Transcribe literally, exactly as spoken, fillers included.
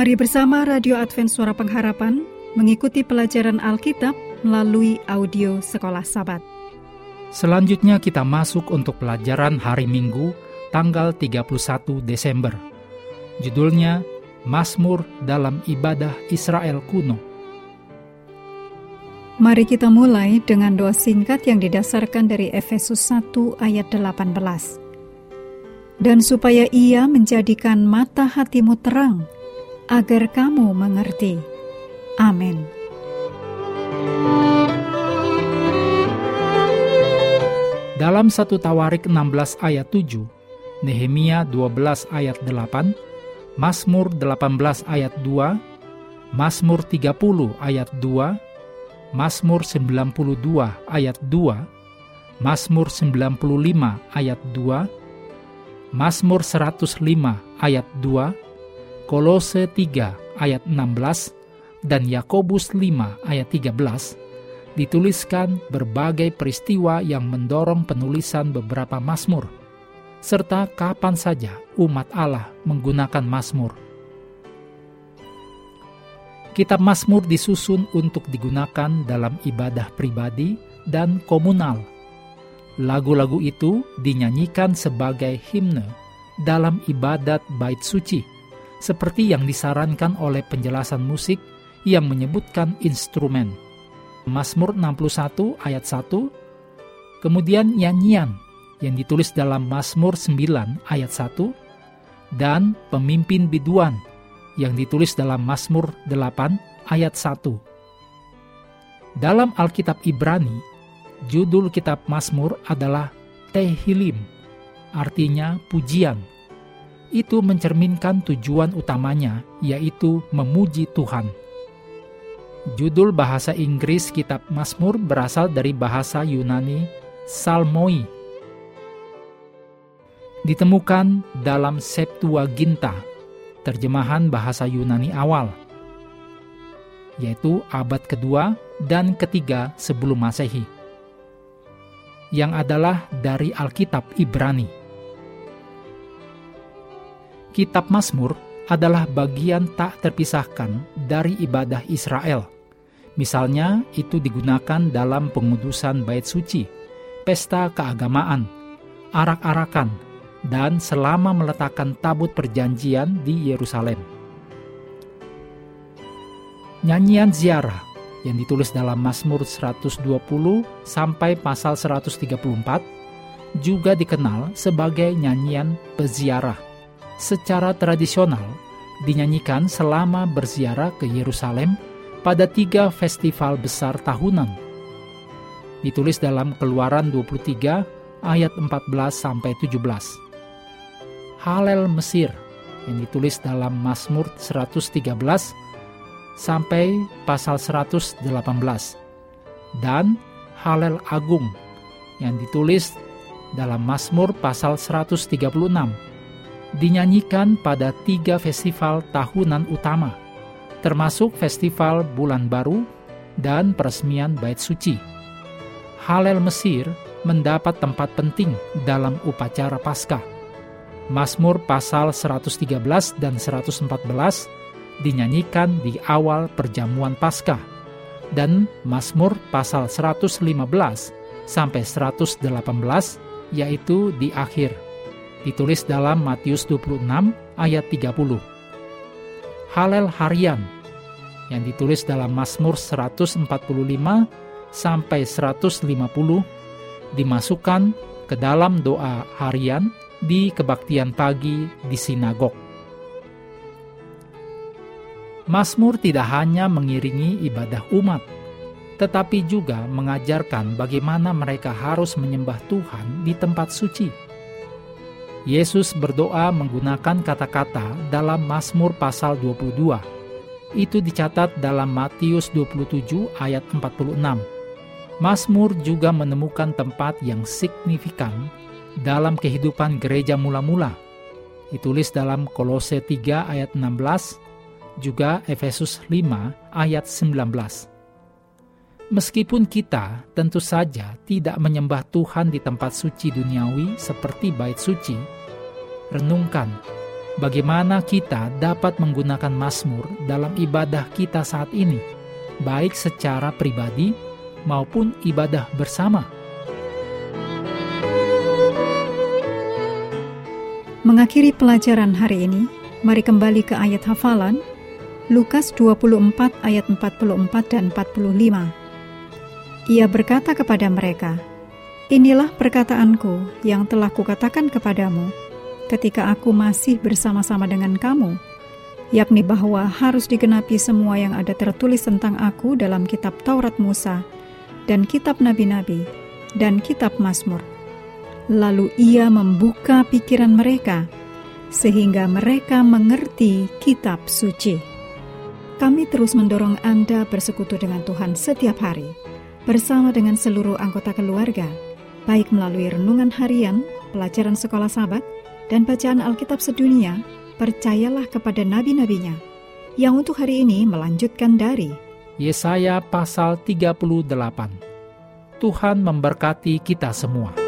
Mari bersama Radio Advent Suara Pengharapan mengikuti pelajaran Alkitab melalui audio Sekolah Sabat. Selanjutnya kita masuk untuk pelajaran hari Minggu tanggal tiga puluh satu Desember. Judulnya Mazmur dalam Ibadah Israel Kuno. Mari kita mulai dengan doa singkat yang didasarkan dari Efesus satu ayat delapan belas. Dan supaya ia menjadikan mata hatimu terang, agar kamu mengerti. Amin. Dalam satu Tawarik enam belas ayat tujuh, Nehemia dua belas ayat delapan, Mazmur delapan belas ayat dua, Mazmur tiga puluh ayat dua, Mazmur sembilan puluh dua ayat dua, Mazmur sembilan puluh lima ayat dua, Mazmur seratus lima ayat dua, Kolose tiga ayat enam belas, dan Yakobus lima ayat tiga belas, dituliskan berbagai peristiwa yang mendorong penulisan beberapa mazmur, serta kapan saja umat Allah menggunakan mazmur. Kitab Mazmur disusun untuk digunakan dalam ibadah pribadi dan komunal. Lagu-lagu itu dinyanyikan sebagai himne dalam ibadat bait suci, seperti yang disarankan oleh penjelasan musik yang menyebutkan instrumen. Mazmur enam puluh satu ayat satu, kemudian nyanyian yang ditulis dalam Mazmur sembilan ayat satu, dan pemimpin biduan yang ditulis dalam Mazmur delapan ayat satu. Dalam Alkitab Ibrani, judul kitab Mazmur adalah Tehillim, artinya pujian. Itu mencerminkan tujuan utamanya, yaitu memuji Tuhan. Judul bahasa Inggris kitab Mazmur berasal dari bahasa Yunani Psalmoi. Ditemukan dalam Septuaginta, terjemahan bahasa Yunani awal, yaitu abad kedua dan ketiga sebelum Masehi, yang adalah dari Alkitab Ibrani. Kitab Mazmur adalah bagian tak terpisahkan dari ibadah Israel. Misalnya, itu digunakan dalam pengudusan bait suci, pesta keagamaan, arak-arakan, dan selama meletakkan tabut perjanjian di Yerusalem. Nyanyian ziarah yang ditulis dalam Mazmur seratus dua puluh sampai pasal seratus tiga puluh empat juga dikenal sebagai nyanyian peziarah. Secara tradisional dinyanyikan selama berziarah ke Yerusalem pada tiga festival besar tahunan. Ditulis dalam Keluaran dua puluh tiga ayat empat belas sampai tujuh belas. Halel Mesir yang ditulis dalam Mazmur seratus tiga belas sampai pasal seratus delapan belas, dan Halel Agung yang ditulis dalam Mazmur pasal seratus tiga puluh enam, dinyanyikan pada tiga festival tahunan utama, termasuk festival Bulan Baru dan peresmian Bait Suci. Halel Mesir mendapat tempat penting dalam upacara Paskah. Mazmur pasal seratus tiga belas dan seratus empat belas dinyanyikan di awal perjamuan Paskah, dan Mazmur pasal seratus lima belas sampai seratus delapan belas yaitu di akhir. Ditulis dalam Matius dua puluh enam ayat tiga puluh. Halel harian yang ditulis dalam Mazmur seratus empat puluh lima sampai seratus lima puluh dimasukkan ke dalam doa harian di kebaktian pagi di sinagog. Mazmur tidak hanya mengiringi ibadah umat, tetapi juga mengajarkan bagaimana mereka harus menyembah Tuhan di tempat suci. Yesus berdoa menggunakan kata-kata dalam Mazmur pasal dua puluh dua. Itu dicatat dalam Matius dua puluh tujuh ayat empat puluh enam. Mazmur juga menemukan tempat yang signifikan dalam kehidupan gereja mula-mula. Ditulis dalam Kolose tiga ayat enam belas, juga Efesus lima ayat sembilan belas. Meskipun kita tentu saja tidak menyembah Tuhan di tempat suci duniawi seperti bait suci, renungkan bagaimana kita dapat menggunakan Mazmur dalam ibadah kita saat ini, baik secara pribadi maupun ibadah bersama. Mengakhiri pelajaran hari ini, mari kembali ke ayat hafalan, Lukas dua puluh empat ayat empat puluh empat dan empat puluh lima. Ia berkata kepada mereka, "Inilah perkataanku yang telah kukatakan kepadamu ketika aku masih bersama-sama dengan kamu, yakni bahwa harus digenapi semua yang ada tertulis tentang aku dalam kitab Taurat Musa dan kitab Nabi-Nabi dan kitab Mazmur." Lalu ia membuka pikiran mereka, sehingga mereka mengerti kitab suci. Kami terus mendorong Anda bersekutu dengan Tuhan setiap hari, bersama dengan seluruh anggota keluarga, baik melalui renungan harian, pelajaran sekolah Sabat, dan bacaan Alkitab sedunia. Percayalah kepada nabi-nabinya, yang untuk hari ini melanjutkan dari Yesaya pasal tiga puluh delapan. Tuhan memberkati kita semua.